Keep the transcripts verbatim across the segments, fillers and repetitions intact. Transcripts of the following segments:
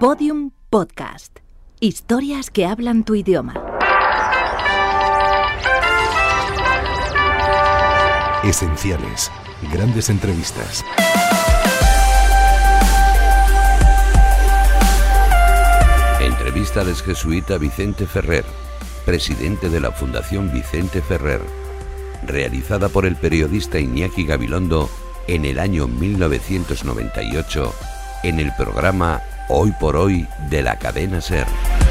Podium Podcast. Historias que hablan tu idioma. Esenciales. Grandes entrevistas. Entrevista del jesuita Vicente Ferrer, presidente de la Fundación Vicente Ferrer, realizada por el periodista Iñaki Gabilondo en el año mil novecientos noventa y ocho en el programa Hoy por Hoy de la cadena SER.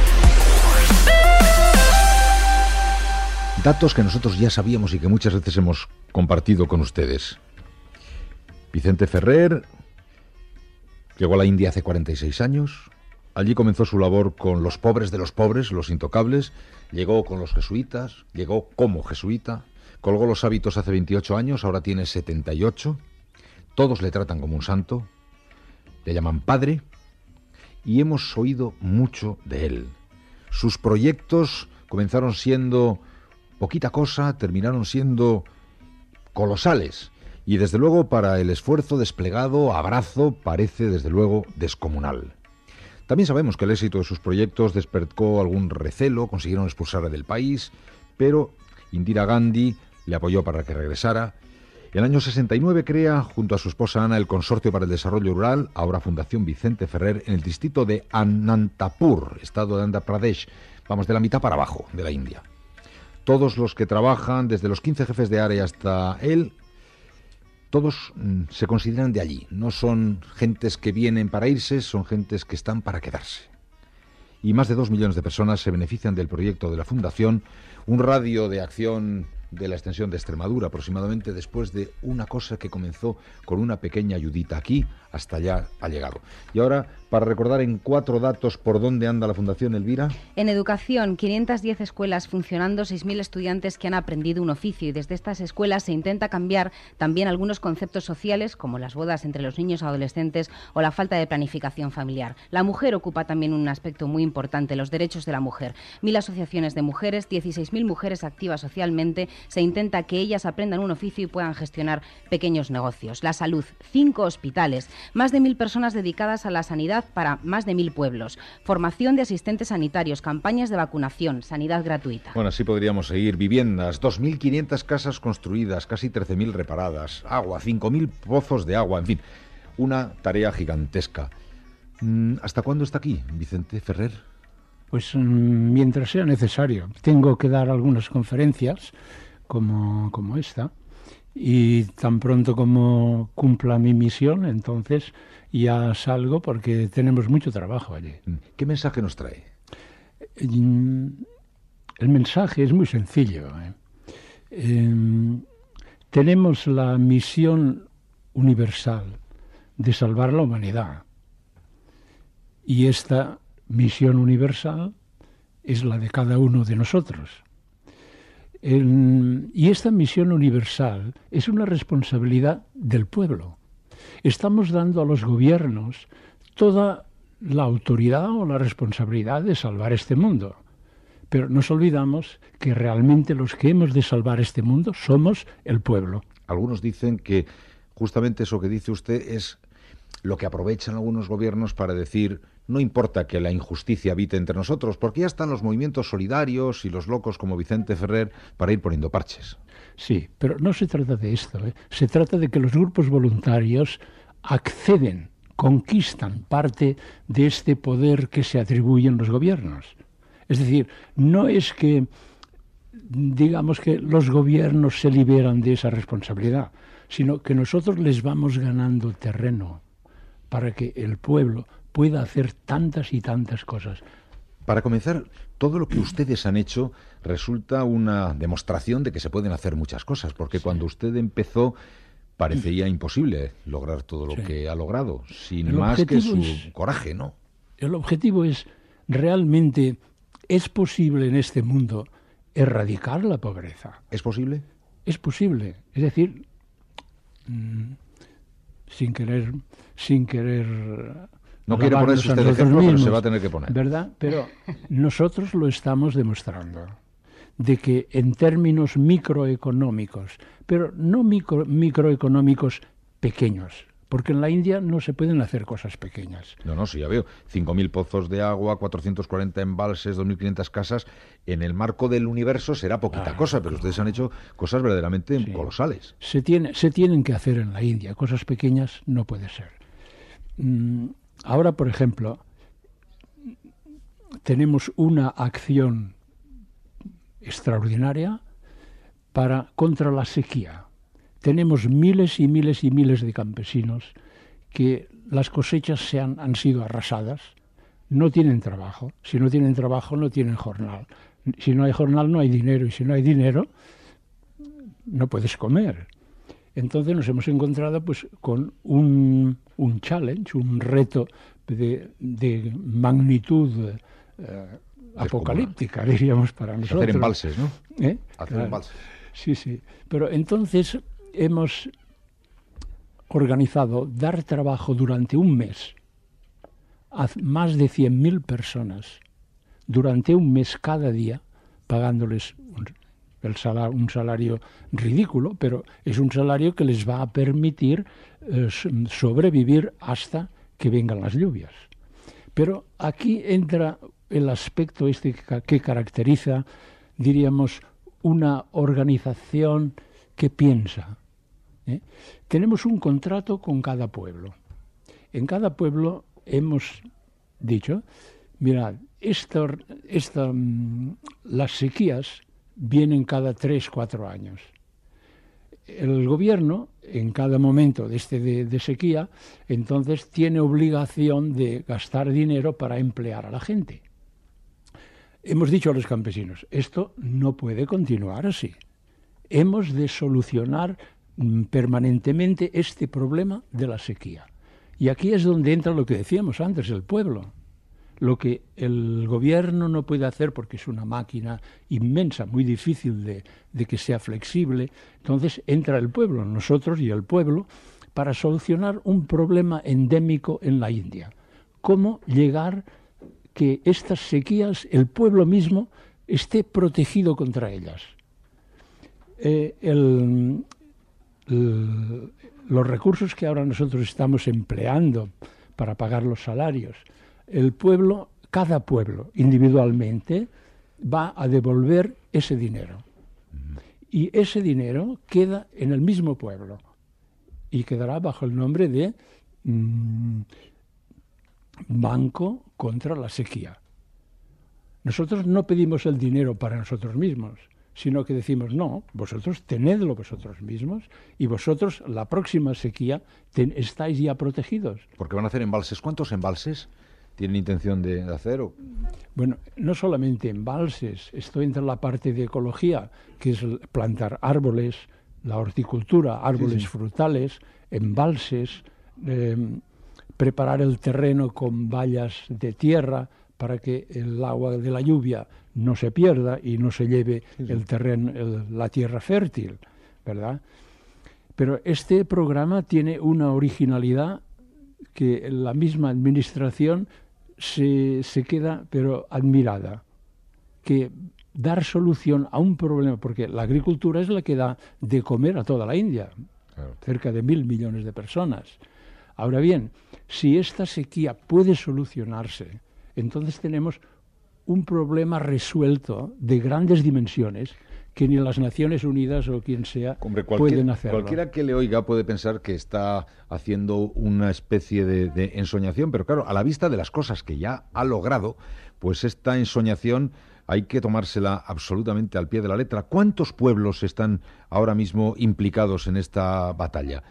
Datos que nosotros ya sabíamos y que muchas veces hemos compartido con ustedes. Vicente Ferrer llegó a la India hace cuarenta y seis años. Allí comenzó su labor con los pobres de los pobres, los intocables. Llegó con los jesuitas, llegó como jesuita. Colgó los hábitos hace veintiocho años, ahora tiene setenta y ocho. Todos le tratan como un santo. Le llaman padre. Y hemos oído mucho de él. Sus proyectos comenzaron siendo poquita cosa, terminaron siendo colosales. Y desde luego para el esfuerzo desplegado, abrazo, parece desde luego descomunal. También sabemos que el éxito de sus proyectos despertó algún recelo, consiguieron expulsarle del país, pero Indira Gandhi le apoyó para que regresara. En el año sesenta y nueve crea, junto a su esposa Ana, el Consorcio para el Desarrollo Rural, ahora Fundación Vicente Ferrer, en el distrito de Anantapur, estado de Andhra Pradesh, vamos, de la mitad para abajo de la India. Todos los que trabajan, desde los quince jefes de área hasta él, todos mm, se consideran de allí. No son gentes que vienen para irse, son gentes que están para quedarse. Y más de dos millones de personas se benefician del proyecto de la Fundación, un radio de acción de la extensión de Extremadura, aproximadamente, después de una cosa que comenzó con una pequeña ayudita aquí, hasta allá ha llegado. Y ahora, para recordar en cuatro datos por dónde anda la Fundación, Elvira. En educación, quinientas diez escuelas funcionando, seis mil estudiantes que han aprendido un oficio, y desde estas escuelas se intenta cambiar también algunos conceptos sociales, como las bodas entre los niños y adolescentes o la falta de planificación familiar. La mujer ocupa también un aspecto muy importante, los derechos de la mujer. Mil asociaciones de mujeres, dieciséis mil mujeres activas socialmente. Se intenta que ellas aprendan un oficio y puedan gestionar pequeños negocios. La salud, cinco hospitales, más de mil personas dedicadas a la sanidad para más de mil pueblos. Formación de asistentes sanitarios, campañas de vacunación, sanidad gratuita. Bueno, así podríamos seguir. Viviendas, dos mil quinientas casas construidas, casi trece mil reparadas, agua, cinco mil pozos de agua, en fin, una tarea gigantesca. ¿Hasta cuándo está aquí, Vicente Ferrer? Pues mientras sea necesario. Tengo que dar algunas conferencias como, como esta, y tan pronto como cumpla mi misión, entonces ya salgo, porque tenemos mucho trabajo allí. ¿Qué mensaje nos trae? El mensaje es muy sencillo. ¿eh? Eh, tenemos la misión universal de salvar la humanidad, y esta misión universal es la de cada uno de nosotros. El, y esta misión universal es una responsabilidad del pueblo. Estamos dando a los gobiernos toda la autoridad o la responsabilidad de salvar este mundo. Pero nos olvidamos que realmente los que hemos de salvar este mundo somos el pueblo. Algunos dicen que justamente eso que dice usted es lo que aprovechan algunos gobiernos para decir: no importa que la injusticia habite entre nosotros, porque ya están los movimientos solidarios y los locos como Vicente Ferrer para ir poniendo parches. Sí, pero no se trata de esto, ¿eh? Se trata de que los grupos voluntarios acceden, conquistan parte de este poder que se atribuyen los gobiernos. Es decir, no es que, digamos, que los gobiernos se liberan de esa responsabilidad, sino que nosotros les vamos ganando terreno para que el pueblo pueda hacer tantas y tantas cosas. Para comenzar, todo lo que ustedes han hecho resulta una demostración de que se pueden hacer muchas cosas, porque sí, cuando usted empezó parecía imposible lograr todo lo sí. que ha logrado, sin el más que su es, coraje, ¿no? El objetivo es, realmente, ¿es posible en este mundo erradicar la pobreza? ¿Es posible? Es posible, es decir, mmm, sin querer, sin querer... No quiere ponerse usted el ejemplo, mismos, pero se va a tener que poner. ¿Verdad? Pero nosotros lo estamos demostrando, de que en términos microeconómicos, pero no micro, microeconómicos pequeños, porque en la India no se pueden hacer cosas pequeñas. No, no, sí, ya veo. cinco mil pozos de agua, cuatrocientos cuarenta embalses, dos mil quinientas casas. En el marco del universo será poquita Claro, cosa, pero claro. ustedes han hecho cosas verdaderamente Sí. colosales. Se, tiene, se tienen que hacer en la India, cosas pequeñas no puede ser. Mm, ahora, por ejemplo, tenemos una acción extraordinaria para contra la sequía. Tenemos miles y miles y miles de campesinos que las cosechas se han, han sido arrasadas, no tienen trabajo. Si no tienen trabajo, no tienen jornal. Si no hay jornal, no hay dinero. Y si no hay dinero, no puedes comer. Entonces nos hemos encontrado pues con un, un challenge, un reto de, de magnitud eh, apocalíptica, diríamos, para nosotros. Hacer embalses, ¿no? ¿Eh? Hacer Claro. embalses. Sí, sí. Pero entonces hemos organizado dar trabajo durante un mes a más de cien mil personas, durante un mes cada día, pagándoles un, el salario, un salario ridículo, pero es un salario que les va a permitir eh, sobrevivir hasta que vengan las lluvias. Pero aquí entra el aspecto este que, que caracteriza, diríamos, una organización que piensa. ¿eh? Tenemos un contrato con cada pueblo. En cada pueblo hemos dicho, mirad, esta, esta, las sequías vienen cada tres, cuatro años. El gobierno, en cada momento de, este de, de sequía, entonces tiene obligación de gastar dinero para emplear a la gente. Hemos dicho a los campesinos, esto no puede continuar así. Hemos de solucionar mm, permanentemente este problema de la sequía. Y aquí es donde entra lo que decíamos antes, el pueblo. Lo que el gobierno no puede hacer porque es una máquina inmensa, muy difícil de, de que sea flexible, entonces entra el pueblo, nosotros y el pueblo, para solucionar un problema endémico en la India. ¿Cómo llegar que estas sequías, el pueblo mismo, esté protegido contra ellas? Eh, el, el, los recursos que ahora nosotros estamos empleando para pagar los salarios, el pueblo, cada pueblo individualmente va a devolver ese dinero. Y ese dinero queda en el mismo pueblo y quedará bajo el nombre de mmm, Banco contra la Sequía. Nosotros no pedimos el dinero para nosotros mismos, sino que decimos, no, vosotros tenedlo vosotros mismos y vosotros la próxima sequía ten, estáis ya protegidos. Porque van a hacer embalses. ¿Cuántos embalses tienen intención de hacer? O... Bueno, no solamente embalses, esto entra en la parte de ecología, que es plantar árboles, la horticultura, árboles sí, sí. frutales, embalses, eh, preparar el terreno con vallas de tierra para que el agua de la lluvia no se pierda y no se lleve sí, sí. el terreno, el, la tierra fértil, ¿verdad? Pero este programa tiene una originalidad que la misma administración se, se queda pero admirada, que dar solución a un problema, porque la agricultura es la que da de comer a toda la India, claro. cerca de mil millones de personas. Ahora bien, si esta sequía puede solucionarse, entonces tenemos un problema resuelto de grandes dimensiones que ni las Naciones Unidas o quien sea Hombre, cualquier, pueden hacerlo. Cualquiera que le oiga puede pensar que está haciendo una especie de, de ensoñación, pero claro, a la vista de las cosas que ya ha logrado, pues esta ensoñación hay que tomársela absolutamente al pie de la letra. ¿Cuántos pueblos están ahora mismo implicados en esta batalla?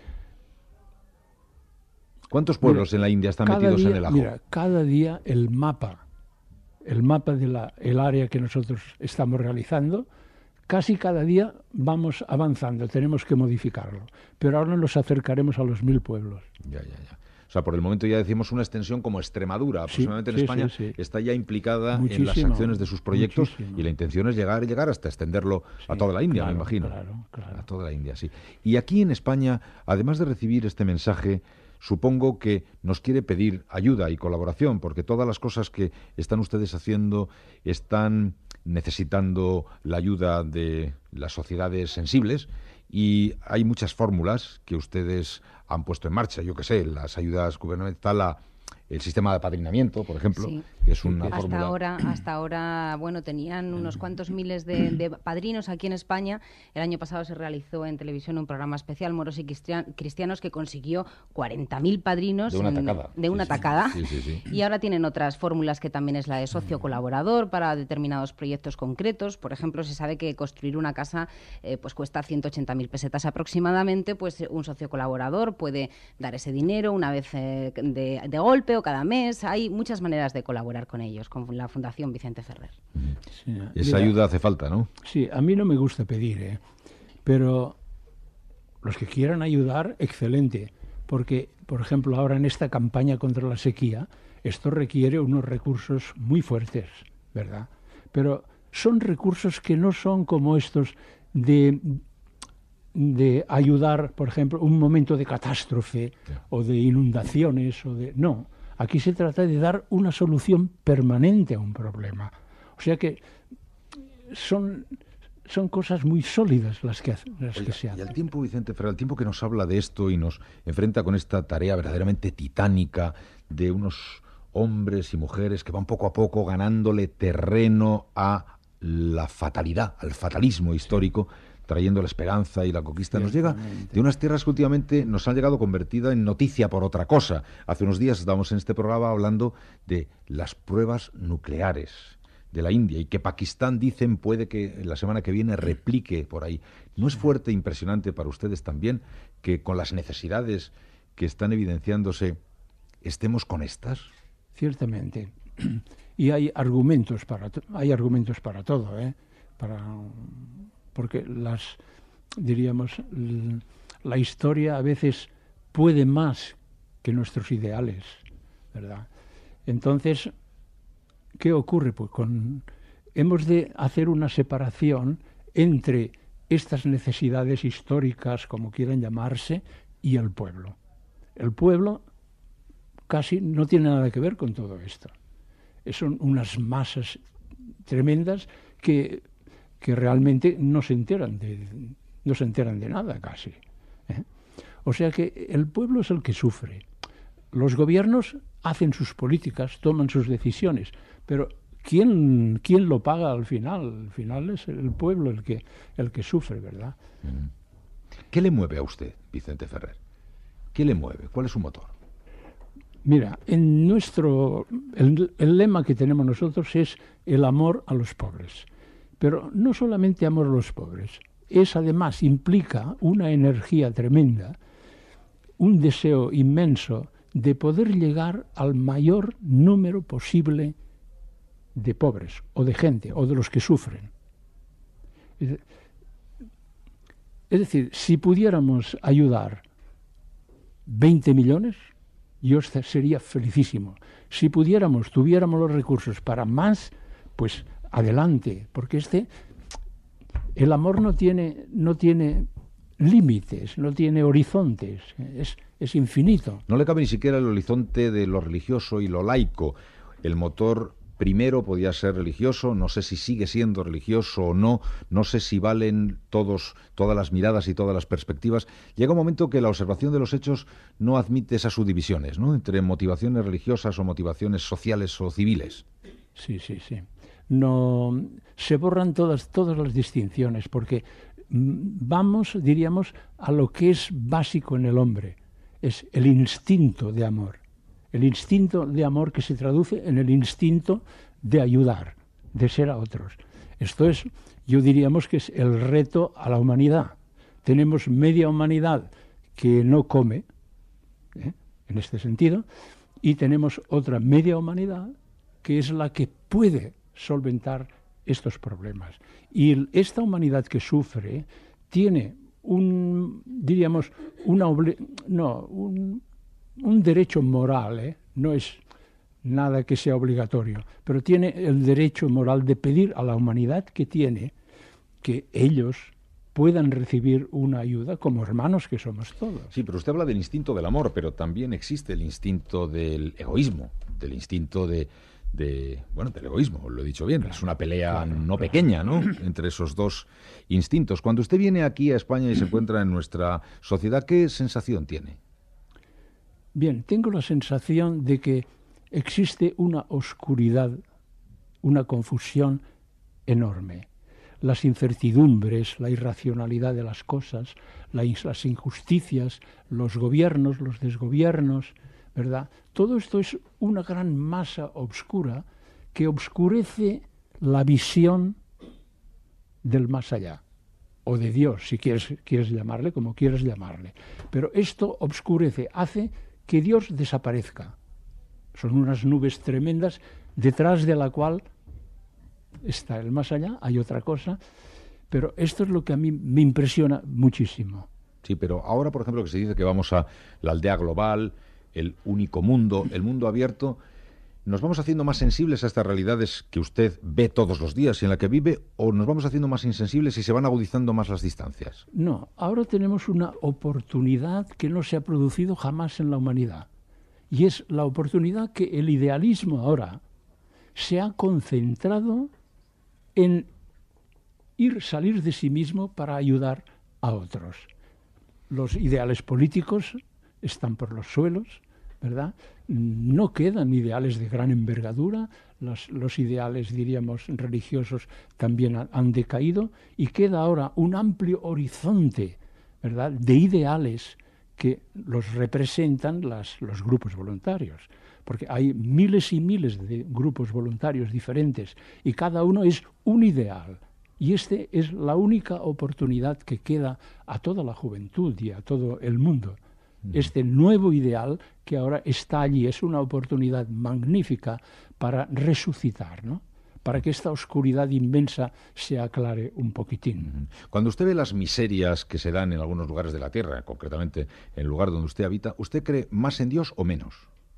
¿Cuántos pueblos mira, en la India están metidos día, en el ajo? Mira, cada día el mapa, el mapa de la el área que nosotros estamos realizando, casi cada día vamos avanzando, tenemos que modificarlo. Pero ahora nos acercaremos a los mil pueblos. Ya, ya, ya. O sea, por el momento ya decimos una extensión como Extremadura, aproximadamente sí, en sí, España, sí, sí. está ya implicada Muchísimo, en las acciones de sus proyectos muchísimo. Y la intención es llegar, llegar hasta extenderlo sí, a toda la India, claro, me imagino. Claro, claro. A toda la India, sí. Y aquí en España, además de recibir este mensaje, supongo que nos quiere pedir ayuda y colaboración, porque todas las cosas que están ustedes haciendo están necesitando la ayuda de las sociedades sensibles Y hay muchas fórmulas que ustedes han puesto en marcha, yo qué sé, las ayudas gubernamentales, la, el sistema de apadrinamiento, por ejemplo, sí. que es una hasta fórmula... Ahora, hasta ahora, bueno, tenían unos cuantos miles de, de padrinos aquí en España. El año pasado se realizó en televisión un programa especial, Moros y Cristianos, que consiguió cuarenta mil padrinos de una en, tacada. De una sí, tacada. Sí, sí, sí. Y ahora tienen otras fórmulas, que también es la de socio colaborador para determinados proyectos concretos. Por ejemplo, se sabe que construir una casa eh, pues cuesta ciento ochenta mil pesetas aproximadamente. Pues un socio colaborador puede dar ese dinero una vez eh, de, de golpe o cada mes. Hay muchas maneras de colaborar con ellos, con la Fundación Vicente Ferrer. Sí, esa mira, ayuda hace falta, ¿no? Sí, a mí no me gusta pedir, ¿eh? Pero los que quieran ayudar, excelente. Porque, por ejemplo, ahora en esta campaña contra la sequía, esto requiere unos recursos muy fuertes, ¿verdad? Pero son recursos que no son como estos de, de ayudar, por ejemplo, un momento de catástrofe o de inundaciones o de... No. Aquí se trata de dar una solución permanente a un problema. O sea que son, son cosas muy sólidas las que, las Oiga, que se hacen. Y al tiempo, Vicente Ferrer, al tiempo que nos habla de esto y nos enfrenta con esta tarea verdaderamente titánica de unos hombres y mujeres que van poco a poco ganándole terreno a la fatalidad, al fatalismo histórico, trayendo la esperanza y la conquista, nos llega de unas tierras que últimamente nos han llegado convertida en noticia por otra cosa. Hace unos días estábamos en este programa hablando de las pruebas nucleares de la India y que Pakistán, dicen, puede que la semana que viene replique por ahí. ¿No es fuerte e impresionante para ustedes también que con las necesidades que están evidenciándose estemos con estas? Ciertamente. Y hay argumentos para, hay argumentos para todo, ¿eh? Para... porque las, diríamos, la historia a veces puede más que nuestros ideales, ¿verdad? Entonces, ¿qué ocurre? Pues con, hemos de hacer una separación entre estas necesidades históricas, como quieran llamarse, y el pueblo. El pueblo casi no tiene nada que ver con todo esto. Son unas masas tremendas que... que realmente no se enteran de, no se enteran de nada casi. ¿eh? O sea que el pueblo es el que sufre. Los gobiernos hacen sus políticas, toman sus decisiones, pero ¿quién, quién lo paga al final? Al final es el pueblo el que, el que sufre, ¿verdad? ¿Qué le mueve a usted, Vicente Ferrer? ¿Qué le mueve? ¿Cuál es su motor? Mira, en nuestro el, el lema que tenemos nosotros es el amor a los pobres. Pero no solamente amor a los pobres, es además, implica una energía tremenda, un deseo inmenso de poder llegar al mayor número posible de pobres, o de gente, o de los que sufren. Es decir, si pudiéramos ayudar veinte millones, yo sería felicísimo. Si pudiéramos, tuviéramos los recursos para más, pues... adelante, porque este el amor no tiene no tiene límites, no tiene horizontes, es, es infinito. No le cabe ni siquiera el horizonte de lo religioso y lo laico. El motor primero podía ser religioso, no sé si sigue siendo religioso o no, no sé si valen todos todas las miradas y todas las perspectivas. Llega un momento que la observación de los hechos no admite esas subdivisiones, ¿no?, entre motivaciones religiosas o motivaciones sociales o civiles. Sí, sí, sí. No se borran todas todas las distinciones porque vamos, diríamos, a lo que es básico en el hombre, es el instinto de amor, el instinto de amor que se traduce en el instinto de ayudar, de ser a otros. Esto es, yo diríamos que es el reto a la humanidad. Tenemos media humanidad que no come, ¿eh?, en este sentido, y tenemos otra media humanidad que es la que puede solventar estos problemas. Y esta humanidad que sufre tiene un, diríamos, una obli- no, un, un derecho moral, ¿eh? No es nada que sea obligatorio, pero tiene el derecho moral de pedir a la humanidad que tiene que ellos puedan recibir una ayuda como hermanos que somos todos. Sí, pero usted habla del instinto del amor, pero también existe el instinto del egoísmo, del instinto de de, bueno, del egoísmo, lo he dicho bien, claro, es una pelea claro, no claro. pequeña, ¿no?, entre esos dos instintos. Cuando usted viene aquí a España y se encuentra en nuestra sociedad, ¿qué sensación tiene? Bien, tengo la sensación de que existe una oscuridad, una confusión enorme. Las incertidumbres, la irracionalidad de las cosas, la, las injusticias, los gobiernos, los desgobiernos, ¿verdad? Todo esto es una gran masa oscura que obscurece la visión del más allá, o de Dios, si quieres, quieres llamarle, como quieres llamarle. Pero esto obscurece, hace que Dios desaparezca. Son unas nubes tremendas detrás de la cual está el más allá, hay otra cosa, pero esto es lo que a mí me impresiona muchísimo. Sí, pero ahora, por ejemplo, que se dice que vamos a la aldea global, el único mundo, el mundo abierto, ¿nos vamos haciendo más sensibles a estas realidades que usted ve todos los días y en la que vive, o nos vamos haciendo más insensibles y se van agudizando más las distancias? No, ahora tenemos una oportunidad que no se ha producido jamás en la humanidad, y es la oportunidad que el idealismo ahora se ha concentrado en ir, salir de sí mismo para ayudar a otros. Los ideales políticos están por los suelos, ¿verdad? No quedan ideales de gran envergadura, los, los ideales, diríamos, religiosos también han, han decaído, y queda ahora un amplio horizonte, ¿verdad?, de ideales que los representan las, los grupos voluntarios, porque hay miles y miles de grupos voluntarios diferentes y cada uno es un ideal. Y esta es la única oportunidad que queda a toda la juventud y a todo el mundo. Este nuevo ideal que ahora está allí es una oportunidad magnífica para resucitar, ¿no?, para que esta oscuridad inmensa se aclare un poquitín. Cuando usted ve las miserias que se dan en algunos lugares de la Tierra, concretamente en el lugar donde usted habita, ¿usted cree más en Dios o menos?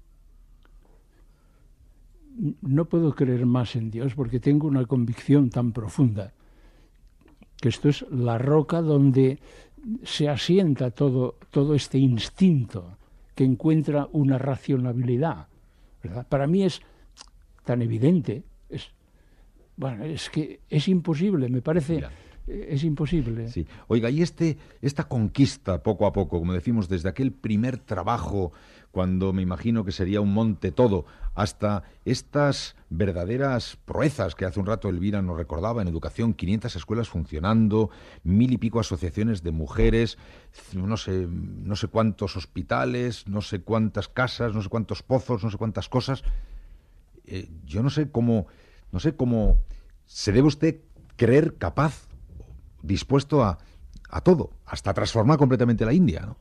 No puedo creer más en Dios porque tengo una convicción tan profunda, que esto es la roca donde se asienta todo, todo este instinto que encuentra una racionalidad, ¿verdad? Para mí es tan evidente, es, bueno, es que es imposible, me parece, Mira. es imposible. Sí. Oiga, y este, esta conquista poco a poco, como decimos, desde aquel primer trabajo, cuando me imagino que sería un monte todo, hasta estas verdaderas proezas que hace un rato Elvira nos recordaba en educación, quinientas escuelas funcionando, mil y pico asociaciones de mujeres, no sé, no sé cuántos hospitales, no sé cuántas casas, no sé cuántos pozos, no sé cuántas cosas. Eh, yo no sé cómo, no sé cómo se debe usted creer capaz, dispuesto a, a todo, hasta transformar completamente la India, ¿no?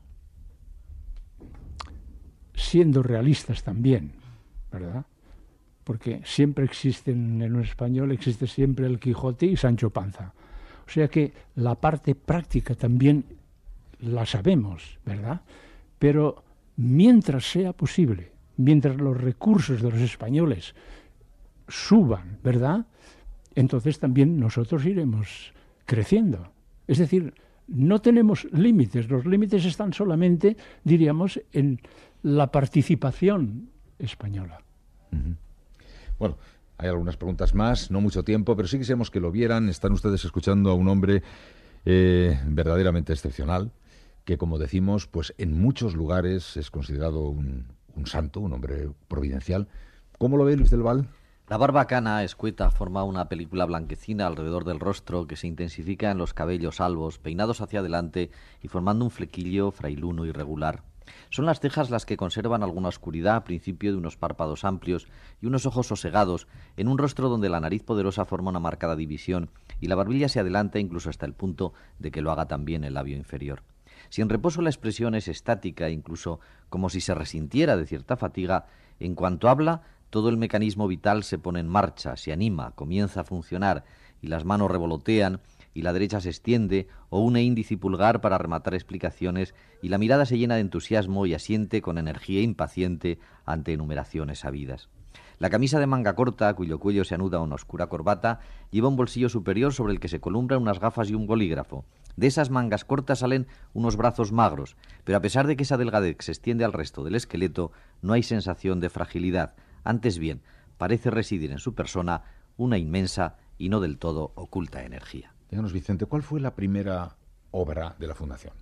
Siendo realistas también, ¿verdad? Porque siempre existen, en un español existe siempre el Quijote y Sancho Panza. O sea que la parte práctica también la sabemos, ¿verdad? Pero mientras sea posible, mientras los recursos de los españoles suban, ¿verdad?, entonces también nosotros iremos creciendo. Es decir, no tenemos límites, los límites están solamente, diríamos, en la participación española. Uh-huh. Bueno, hay algunas preguntas más, no mucho tiempo, pero sí quisiéramos que lo vieran. Están ustedes escuchando a un hombre eh, verdaderamente excepcional, que, como decimos, pues en muchos lugares es considerado un, un santo, un hombre providencial. ¿Cómo lo ve Luis del Val? La barba cana escueta forma una película blanquecina alrededor del rostro que se intensifica en los cabellos albos, peinados hacia adelante y formando un flequillo frailuno irregular. Son las cejas las que conservan alguna oscuridad a principio de unos párpados amplios y unos ojos sosegados, en un rostro donde la nariz poderosa forma una marcada división y la barbilla se adelanta incluso hasta el punto de que lo haga también el labio inferior. Si en reposo la expresión es estática, incluso como si se resintiera de cierta fatiga, en cuanto habla, todo el mecanismo vital se pone en marcha, se anima, comienza a funcionar, y las manos revolotean, y la derecha se extiende, o une índice y pulgar para rematar explicaciones, y la mirada se llena de entusiasmo y asiente con energía impaciente ante enumeraciones sabidas. La camisa de manga corta, cuyo cuello se anuda a una oscura corbata, lleva un bolsillo superior sobre el que se columbran unas gafas y un bolígrafo. De esas mangas cortas salen unos brazos magros, pero a pesar de que esa delgadez se extiende al resto del esqueleto, no hay sensación de fragilidad. Antes bien, parece residir en su persona una inmensa y no del todo oculta energía. Díganos, Vicente, ¿cuál fue la primera obra de la Fundación?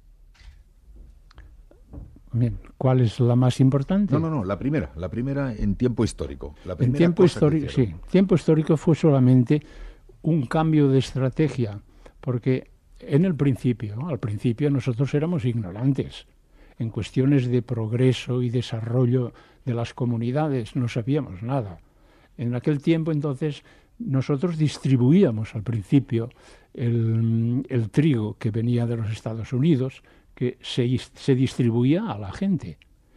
Bien, ¿cuál es la más importante? No, no, no, la primera, la primera en tiempo histórico. La en tiempo histórico, sí. Tiempo histórico fue solamente un cambio de estrategia, porque en el principio, al principio nosotros éramos ignorantes en cuestiones de progreso y desarrollo de las comunidades, no sabíamos nada. En aquel tiempo, entonces, nosotros distribuíamos al principio el, el trigo que venía de los Estados Unidos, que se, se distribuía a la gente.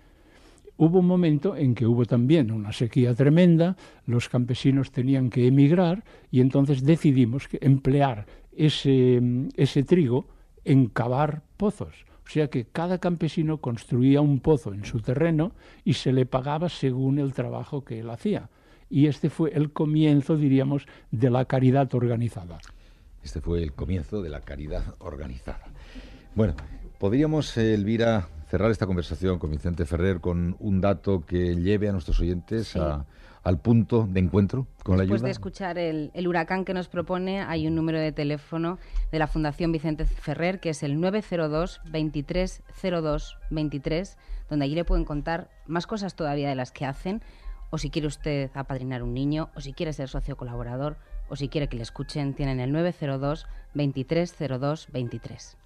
Hubo un momento en que hubo también una sequía tremenda, los campesinos tenían que emigrar y entonces decidimos que emplear ese, ese trigo en cavar pozos. O sea que cada campesino construía un pozo en su terreno y se le pagaba según el trabajo que él hacía. Y este fue el comienzo, diríamos, de la caridad organizada. Este fue el comienzo de la caridad organizada. Bueno, podríamos, eh, Elvira, cerrar esta conversación con Vicente Ferrer con un dato que lleve a nuestros oyentes sí. a, al punto de encuentro con Después la ayuda. Después de escuchar el, el huracán que nos propone, hay un número de teléfono de la Fundación Vicente Ferrer, que es el nueve cero dos, veintitrés cero dos veintitrés, donde allí le pueden contar más cosas todavía de las que hacen, o si quiere usted apadrinar un niño, o si quiere ser socio colaborador, o si quiere que le escuchen, tienen el nueve cero dos, veintitrés cero dos veintitrés.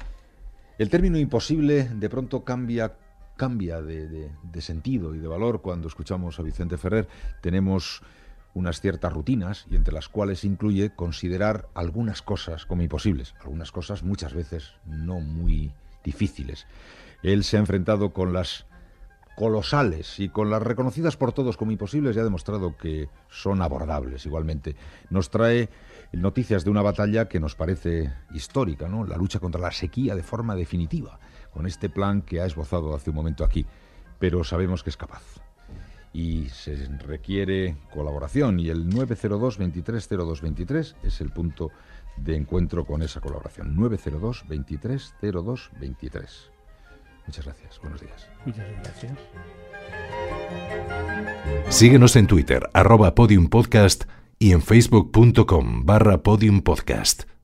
El término imposible de pronto cambia, cambia de, de, de sentido y de valor cuando escuchamos a Vicente Ferrer. Tenemos unas ciertas rutinas y entre las cuales incluye considerar algunas cosas como imposibles, algunas cosas muchas veces no muy difíciles. Él se ha enfrentado con las colosales y con las reconocidas por todos como imposibles y ha demostrado que son abordables igualmente. Nos trae noticias de una batalla que nos parece histórica, ¿no? La lucha contra la sequía de forma definitiva, con este plan que ha esbozado hace un momento aquí, pero sabemos que es capaz. Y se requiere colaboración y el nueve cero dos, veintitrés cero dos veintitrés es el punto de encuentro con esa colaboración. nueve cero dos, veintitrés cero dos veintitrés. Muchas gracias. Buenos días. Muchas gracias. Síguenos en Twitter, arroba Podium Podcast, y en facebook punto com barra Podium Podcast.